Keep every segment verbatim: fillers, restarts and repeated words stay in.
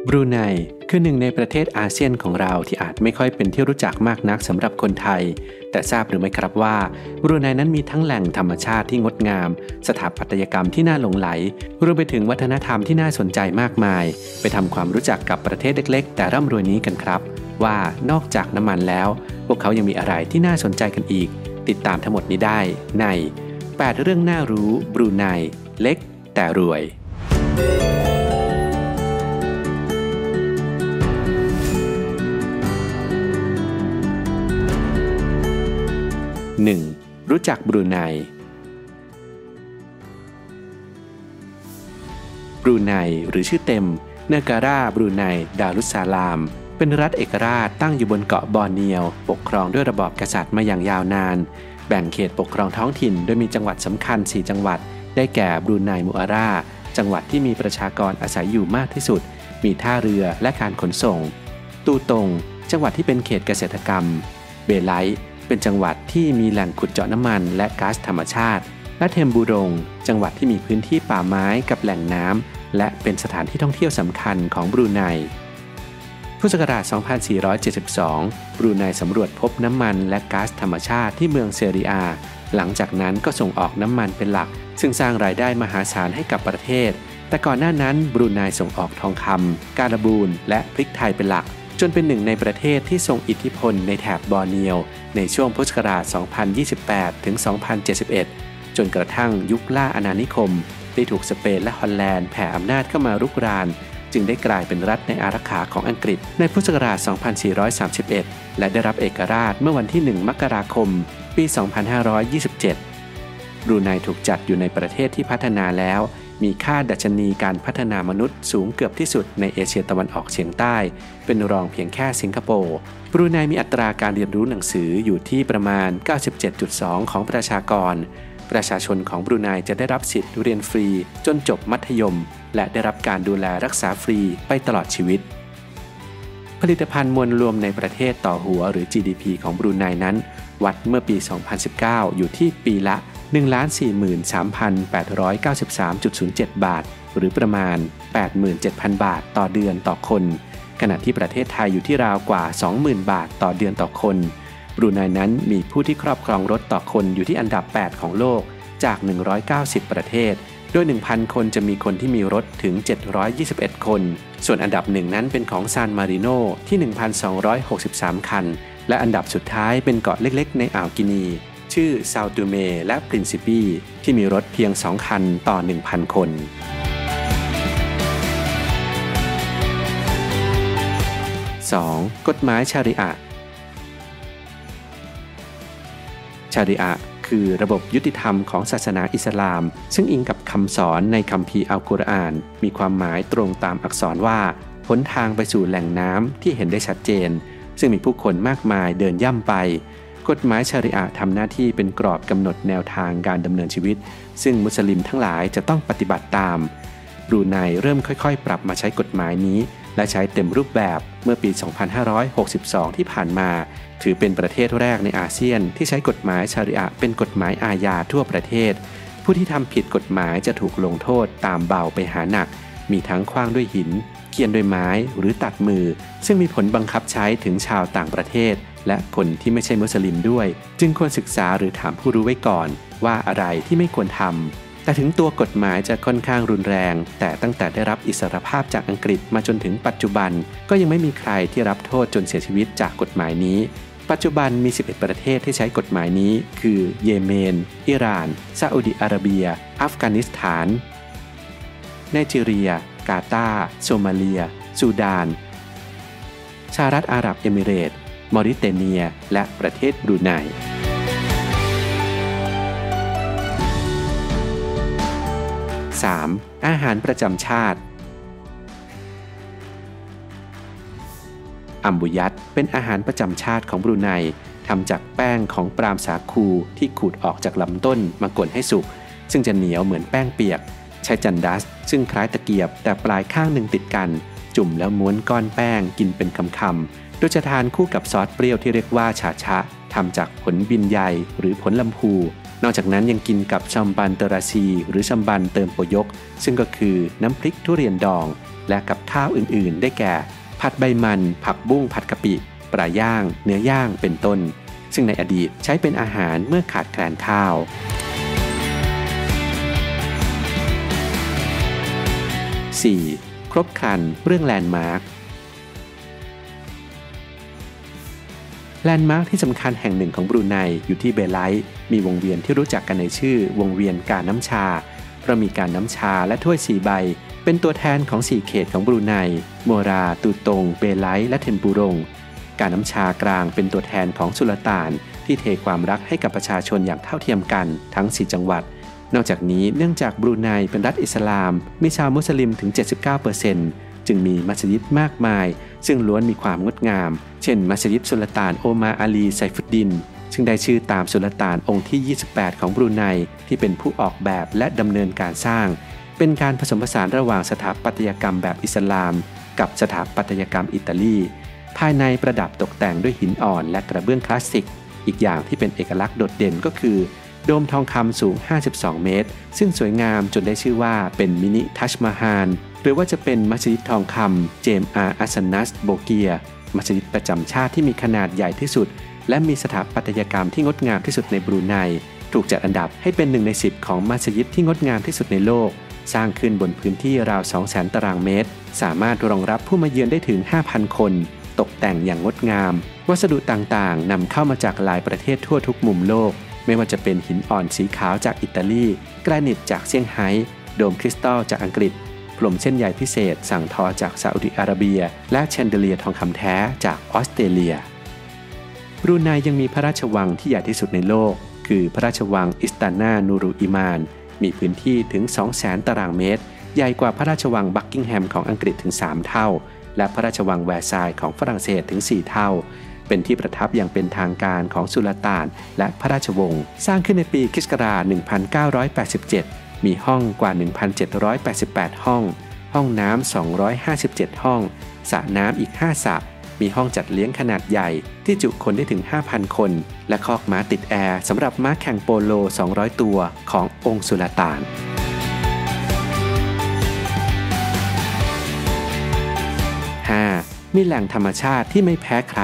บรูไนคือหนึ่งในประเทศอาเซียนของเราที่อาจไม่ค่อยเป็นที่รู้จักมากนักสำหรับคนไทยแต่ทราบหรือไม่ครับว่าบรูไนนั้นมีทั้งแหล่งธรรมชาติที่งดงามสถาปัตยกรรมที่น่าหลงไหลรวมไปถึงวัฒนธรรมที่น่าสนใจมากมายไปทำความรู้จักกับประเทศเล็กๆแต่ร่ำรวยนี้กันครับว่านอกจากน้ำมันแล้วพวกเขายังมีอะไรที่น่าสนใจกันอีกติดตามทั้งหมดนี้ได้ในแปดเรื่องน่ารู้บรูไนเล็กแต่รวยหนึ่ง. รู้จักบรูไนบรูไนหรือชื่อเต็มเนการาบรูไนดารุสซาลามเป็นรัฐเอกราชตั้งอยู่บนเกาะบอร์เนียวปกครองด้วยระบอบกษัตริย์มาอย่างยาวนานแบ่งเขตปกครองท้องถิ่นโดยมีจังหวัดสำคัญสี่จังหวัดได้แก่บรูไนมูอาราจังหวัดที่มีประชากรอาศัยอยู่มากที่สุดมีท่าเรือและการขนส่งตูตงจังหวัดที่เป็นเขตเกษตรกรรมเบไลเป็นจังหวัดที่มีแหล่งขุดเจาะน้ำมันและก๊าซธรรมชาติและเทมบูรงจังหวัดที่มีพื้นที่ป่าไม้กับแหล่งน้ำและเป็นสถานที่ท่องเที่ยวสำคัญของบรูไนพุทธศักราช สองพันสี่ร้อยเจ็ดสิบสอง บรูไนสำรวจพบน้ำมันและก๊าซธรรมชาติที่เมืองเซรีอาหลังจากนั้นก็ส่งออกน้ำมันเป็นหลักซึ่งสร้างรายได้มหาศาลให้กับประเทศแต่ก่อนหน้านั้นบรูไนส่งออกทองคำการบูนและพริกไทยเป็นหลักจนเป็นหนึ่งในประเทศที่ทรงอิทธิพลในแถบบอร์เนียวในช่วงพุทธศักราช สองพันยี่สิบแปด ถึง สองพันเจ็ดสิบเอ็ด จนกระทั่งยุคล่าอาณานิคมได้ถูกสเปนและฮอลแลนด์แผ่อำนาจเข้ามารุกรานจึงได้กลายเป็นรัฐในอารักขาของอังกฤษในพุทธศักราช สองพันสี่ร้อยสามสิบเอ็ด และได้รับเอกราชเมื่อวันที่ หนึ่ง มกราคม ปี สองพันห้าร้อยยี่สิบเจ็ด บรูไนถูกจัดอยู่ในประเทศที่พัฒนาแล้วมีค่าดัชนีการพัฒนามนุษย์สูงเกือบที่สุดในเอเชียตะวันออกเฉียงใต้เป็นรองเพียงแค่สิงคโปร์บรูไนมีอัตราการเรียนรู้หนังสืออยู่ที่ประมาณ เก้าสิบเจ็ดจุดสอง ของประชากรประชาชนของบรูไนจะได้รับสิทธิ์เรียนฟรีจนจบมัธยมและได้รับการดูแลรักษาฟรีไปตลอดชีวิตผลิตภัณฑ์มวลรวมในประเทศต่อหัวหรือ จี ดี พี ของบรูไนนั้นวัดเมื่อปี สองพันสิบเก้า อยู่ที่ปีละ หนึ่งล้านสี่หมื่นสามพันแปดร้อยเก้าสิบสามจุดศูนย์เจ็ด บาทหรือประมาณ แปดหมื่นเจ็ดพัน บาทต่อเดือนต่อคนขณะที่ประเทศไทยอยู่ที่ราวกว่า สองหมื่น บาทต่อเดือนต่อคนบรูไนนั้นมีผู้ที่ครอบครองรถต่อคนอยู่ที่อันดับแปดของโลกจากหนึ่งร้อยเก้าสิบประเทศโดย หนึ่งพัน คนจะมีคนที่มีรถถึงเจ็ดร้อยยี่สิบเอ็ดคนส่วนอันดับหนึ่งนั้นเป็นของซานมาริโนที่ หนึ่งพันสองร้อยหกสิบสาม คันและอันดับสุดท้ายเป็นเกาะเล็กๆในอ่าวกินีชื่อซาวตูเมและปรินซิปีที่มีรถเพียงสองคันต่อ หนึ่งพัน คน สอง. กฎหมายชาริอะห์ชาริอะห์คือระบบยุติธรรมของศาสนาอิสลามซึ่งอิงกับคำสอนในคัมภีร์อัลกุรอานมีความหมายตรงตามอักษรว่าหนทางไปสู่แหล่งน้ำที่เห็นได้ชัดเจนซึ่งมีผู้คนมากมายเดินย่ำไปกฎหมายชาริอะห์ทำหน้าที่เป็นกรอบกำหนดแนวทางการดำเนินชีวิตซึ่งมุสลิมทั้งหลายจะต้องปฏิบัติตามบรูไนเริ่มค่อยๆปรับมาใช้กฎหมายนี้และใช้เต็มรูปแบบเมื่อปี สองพันห้าร้อยหกสิบสอง ที่ผ่านมาถือเป็นประเทศแรกในอาเซียนที่ใช้กฎหมายชาริอะห์เป็นกฎหมายอาญาทั่วประเทศผู้ที่ทำผิดกฎหมายจะถูกลงโทษตามเบาไปหาหนักมีทั้งขว้างด้วยหินเฆียนด้วยไม้หรือตัดมือซึ่งมีผลบังคับใช้ถึงชาวต่างประเทศและคนที่ไม่ใช่มุสลิมด้วยจึงควรศึกษาหรือถามผู้รู้ไว้ก่อนว่าอะไรที่ไม่ควรทำแต่ถึงตัวกฎหมายจะค่อนข้างรุนแรงแต่ตั้งแต่ได้รับอิสรภาพจากอังกฤษมาจนถึงปัจจุบันก็ยังไม่มีใครที่รับโทษจนเสียชีวิตจากกฎหมายนี้ปัจจุบันมีสิบเอ็ดประเทศที่ใช้กฎหมายนี้คือเยเมนอิหร่านซาอุดิอาระเบียอัฟกานิสถานไนจีเรียกาตาร์โซมาเลียซูดานสหรัฐอาหรับเอมิเรตส์มอริเตเนียและประเทศบรูไน สาม. อาหารประจำชาติอัมบุยัตเป็นอาหารประจำชาติของบรูไนทำจากแป้งของปรามสาคูที่ขูดออกจากลำต้นมากดให้สุกซึ่งจะเหนียวเหมือนแป้งเปียกใช้จันดัสซึ่งคล้ายตะเกียบแต่ปลายข้างหนึ่งติดกันจุ่มแล้วม้วนก้อนแป้งกินเป็นคำๆโดยจะทานคู่กับซอสเปรี้ยวที่เรียกว่าชาชะทำจากผลบินใยหรือผลลำพูนอกจากนั้นยังกินกับชัมบันเตราซีหรือชัมบันเติมโปยกซึ่งก็คือน้ำพริกทุเรียนดองและกับข้าวอื่นๆได้แก่ผัดใบมันผักบุ้งผัดกะปิปลาย่างเนื้อย่างเป็นต้นซึ่งในอดีตใช้เป็นอาหารเมื่อขาดแคลนข้าว สี่. ครบครันเรื่องแลนด์มาร์คแลนด์มาร์คที่สำคัญแห่งหนึ่งของบรูไนอยู่ที่เบไลท์มีวงเวียนที่รู้จักกันในชื่อวงเวียนกาน้ำชาเพราะมีการน้ำชาและถ้วยสี่ใบเป็นตัวแทนของสี่เขตของบรูไนโมราตูตงเบไลท์และเทมปูรงการน้ำชากลางเป็นตัวแทนของสุลต่านที่เทความรักให้กับประชาชนอย่างเท่าเทียมกันทั้งสี่จังหวัดนอกจากนี้เนื่องจากบรูไนเป็นรัฐอิสลามมีชาวมุสลิมถึง เจ็ดสิบเก้าเปอร์เซ็นต์ จึงมีมัสยิดมากมายซึ่งล้วนมีความงดงามเช่นมัสยิดสุลต่านโอมาอาลีไซฟุดดินซึ่งได้ชื่อตามสุลต่านองค์ที่ยี่สิบแปดของบรูไนที่เป็นผู้ออกแบบและดำเนินการสร้างเป็นการผสมผสานระหว่างสถาปัตยกรรมแบบอิสลามกับสถาปัตยกรรมอิตาลีภายในประดับตกแต่งด้วยหินอ่อนและกระเบื้องคลาสสิกอีกอย่างที่เป็นเอกลักษณ์โดดเด่นก็คือโดมทองคำสูงห้าสิบสองเมตรซึ่งสวยงามจนได้ชื่อว่าเป็นมินิทัชมาฮาลหรือว่าจะเป็นมัสยิดทองคำเจมอาร์อัสนัสโบเกียมัสยิดประจำชาติที่มีขนาดใหญ่ที่สุดและมีสถาปัตยกรรมที่งดงามที่สุดในบรูไนถูกจัดอันดับให้เป็นหนึ่งในสิบของมัสยิดที่งดงามที่สุดในโลกสร้างขึ้นบนพื้นที่ราว สองแสน ตารางเมตรสามารถรองรับผู้มาเยือนได้ถึง ห้าพัน คนตกแต่งอย่างงดงามวัสดุต่างๆนำเข้ามาจากหลายประเทศทั่วทุกมุมโลกไม่ว่าจะเป็นหินอ่อนสีขาวจากอิตาลีแกรนิตจากเซี่ยงไฮ้โดมคริสตัลจากอังกฤษพรมเส้นใยพิเศษสั่งทอจากซาอุดิอาระเบียและแชนเดเลียทองคำแท้จากออสเตรเลียบรูไนยังมีพระราชวังที่ใหญ่ที่สุดในโลกคือพระราชวังอิสตานานูรุอิมานมีพื้นที่ถึง สองแสน ตารางเมตรใหญ่กว่าพระราชวังบักกิงแฮมของอังกฤษถึงสามเท่าและพระราชวังแวร์ซายน์ของฝรั่งเศสถึงสี่เท่าเป็นที่ประทับอย่างเป็นทางการของสุลต่านและพระราชวงศ์สร้างขึ้นในปีคริสต์ศักราชหนึ่งพันเก้าร้อยแปดสิบเจ็ดมีห้องกว่า หนึ่งพันเจ็ดร้อยแปดสิบแปด ห้องห้องน้ำสองร้อยห้าสิบเจ็ดห้องสระน้ำอีกห้าสระมีห้องจัดเลี้ยงขนาดใหญ่ที่จุคนได้ถึง ห้าพัน คนและคอกม้าติดแอร์สำหรับม้าแข่งโปโลสองร้อยตัวขององค์สุลต่าน ห้า. มีแหล่งธรรมชาติที่ไม่แพ้ใคร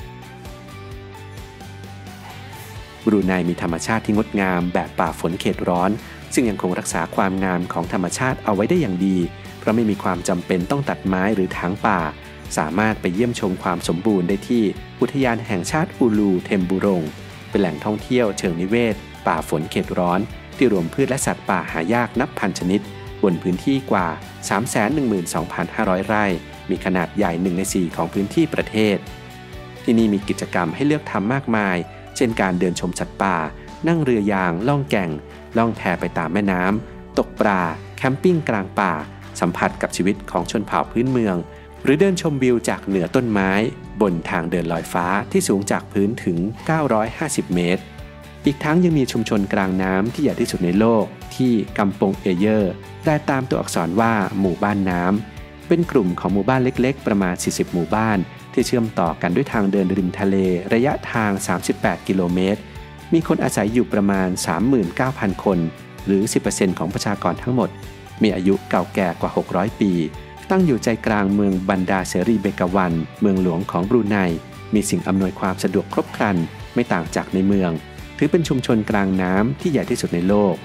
บรูไนมีธรรมชาติที่งดงามแบบป่าฝนเขตร้อนซึ่งยังคงรักษาความงามของธรรมชาติเอาไว้ได้อย่างดีเพราะไม่มีความจำเป็นต้องตัดไม้หรือถางป่าสามารถไปเยี่ยมชมความสมบูรณ์ได้ที่อุทยานแห่งชาติอูลูเทมบูรงเป็นแหล่งท่องเที่ยวเชิงนิเวศป่าฝนเขตร้อนที่รวมพืชและสัตว์ป่าหายากนับพันชนิดบนพื้นที่กว่า สามแสนหนึ่งหมื่นสองพันห้าร้อย ไร่มีขนาดใหญ่หนึ่งในสี่ของพื้นที่ประเทศที่นี่มีกิจกรรมให้เลือกทำมากมายเช่นการเดินชมสัตว์ป่านั่งเรือยางล่องแก่งล่องแพไปตามแม่น้ำตกปลาแคมปิ้งกลางป่าสัมผัสกับชีวิตของชนเผ่าพื้นเมืองหรือเดินชมวิวจากเหนือต้นไม้บนทางเดินลอยฟ้าที่สูงจากพื้นถึงเก้าร้อยห้าสิบเมตรอีกทั้งยังมีชุมชนกลางน้ำที่ใหญ่ที่สุดในโลกที่กัมปงเอเยอร์ได้ตามตัวอักษรว่าหมู่บ้านน้ำเป็นกลุ่มของหมู่บ้านเล็กๆประมาณสี่สิบหมู่บ้านที่เชื่อมต่อกันด้วยทางเดินริมทะเลระยะทางสามสิบแปดกิโลเมตรมีคนอาศัยอยู่ประมาณ สามหมื่นเก้าพัน คนหรือ สิบเปอร์เซ็นต์ ของประชากรทั้งหมดมีอายุเก่าแก่กว่าหกร้อยปีตั้งอยู่ใจกลางเมืองบันดาเสรีเบกาวันเมืองหลวงของบรูไนมีสิ่งอำนวยความสะดวกครบครันไม่ต่างจากในเมืองถือเป็นชุมชนกลางน้ำที่ใหญ่ที่สุดในโลก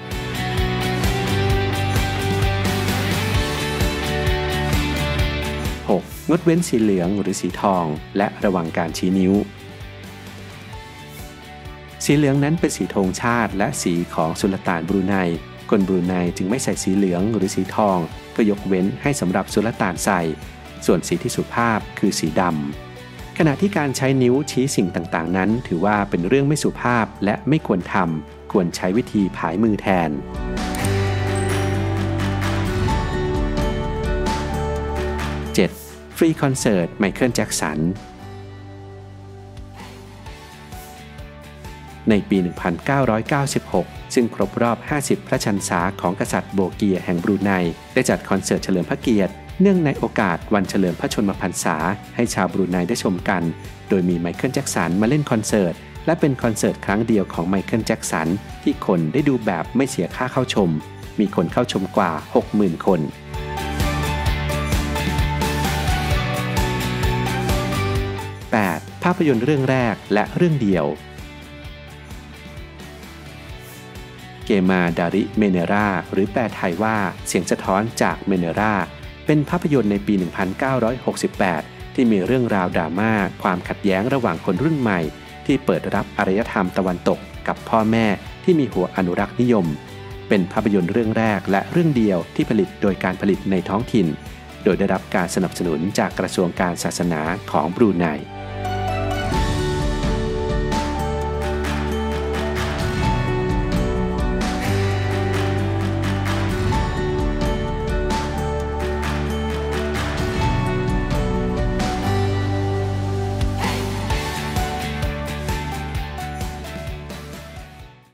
หก. งดเว้นสีเหลืองหรือสีทองและระวังการชี้นิ้วสีเหลืองนั้นเป็นสีธงชาติและสีของสุลต่านบรูไนคนบรูไนจึงไม่ใส่สีเหลืองหรือสีทองก็ยกเว้นให้สำหรับสุลต่านใส่ส่วนสีที่สุภาพคือสีดำขณะที่การใช้นิ้วชี้สิ่งต่างๆนั้นถือว่าเป็นเรื่องไม่สุภาพและไม่ควรทำควรใช้วิธีผายมือแทน เจ็ด. ฟรีคอนเสิร์ตไมเคิลแจ็คสันในปี หนึ่งพันเก้าร้อยเก้าสิบหก ซึ่งครบรอบ ห้าสิบ พระชรรษาของกษัตริย์โบเกียแห่งบรูไนได้จัดคอนเสิร์ตเฉลิมพระเกียรติเนื่องในโอกาสวันเฉลิมพระชนมพรรษาให้ชาวบรูไนได้ชมกันโดยมีไมเคิลแจ็คสันมาเล่นคอนเสิร์ตและเป็นคอนเสิร์ตครั้งเดียวของไมเคิลแจ็กสันที่คนได้ดูแบบไม่เสียค่าเข้าชมมีคนเข้าชมกว่า หกหมื่น คน แปด. ภาพยนตร์เรื่องแรกและเรื่องเดียวเกมาดาริเมเนราหรือแปลไทยว่าเสียงสะท้อนจากเมเนราเป็นภาพยนตร์ในปี หนึ่งพันเก้าร้อยหกสิบแปด ที่มีเรื่องราวดราม่าความขัดแย้งระหว่างคนรุ่นใหม่ที่เปิดรับอารยธรรมตะวันตกกับพ่อแม่ที่มีหัวอนุรักษ์นิยมเป็นภาพยนตร์เรื่องแรกและเรื่องเดียวที่ผลิตโดยการผลิตในท้องถิ่นโดยได้รับการสนับสนุนจากกระทรวงการศาสนาของบรูไน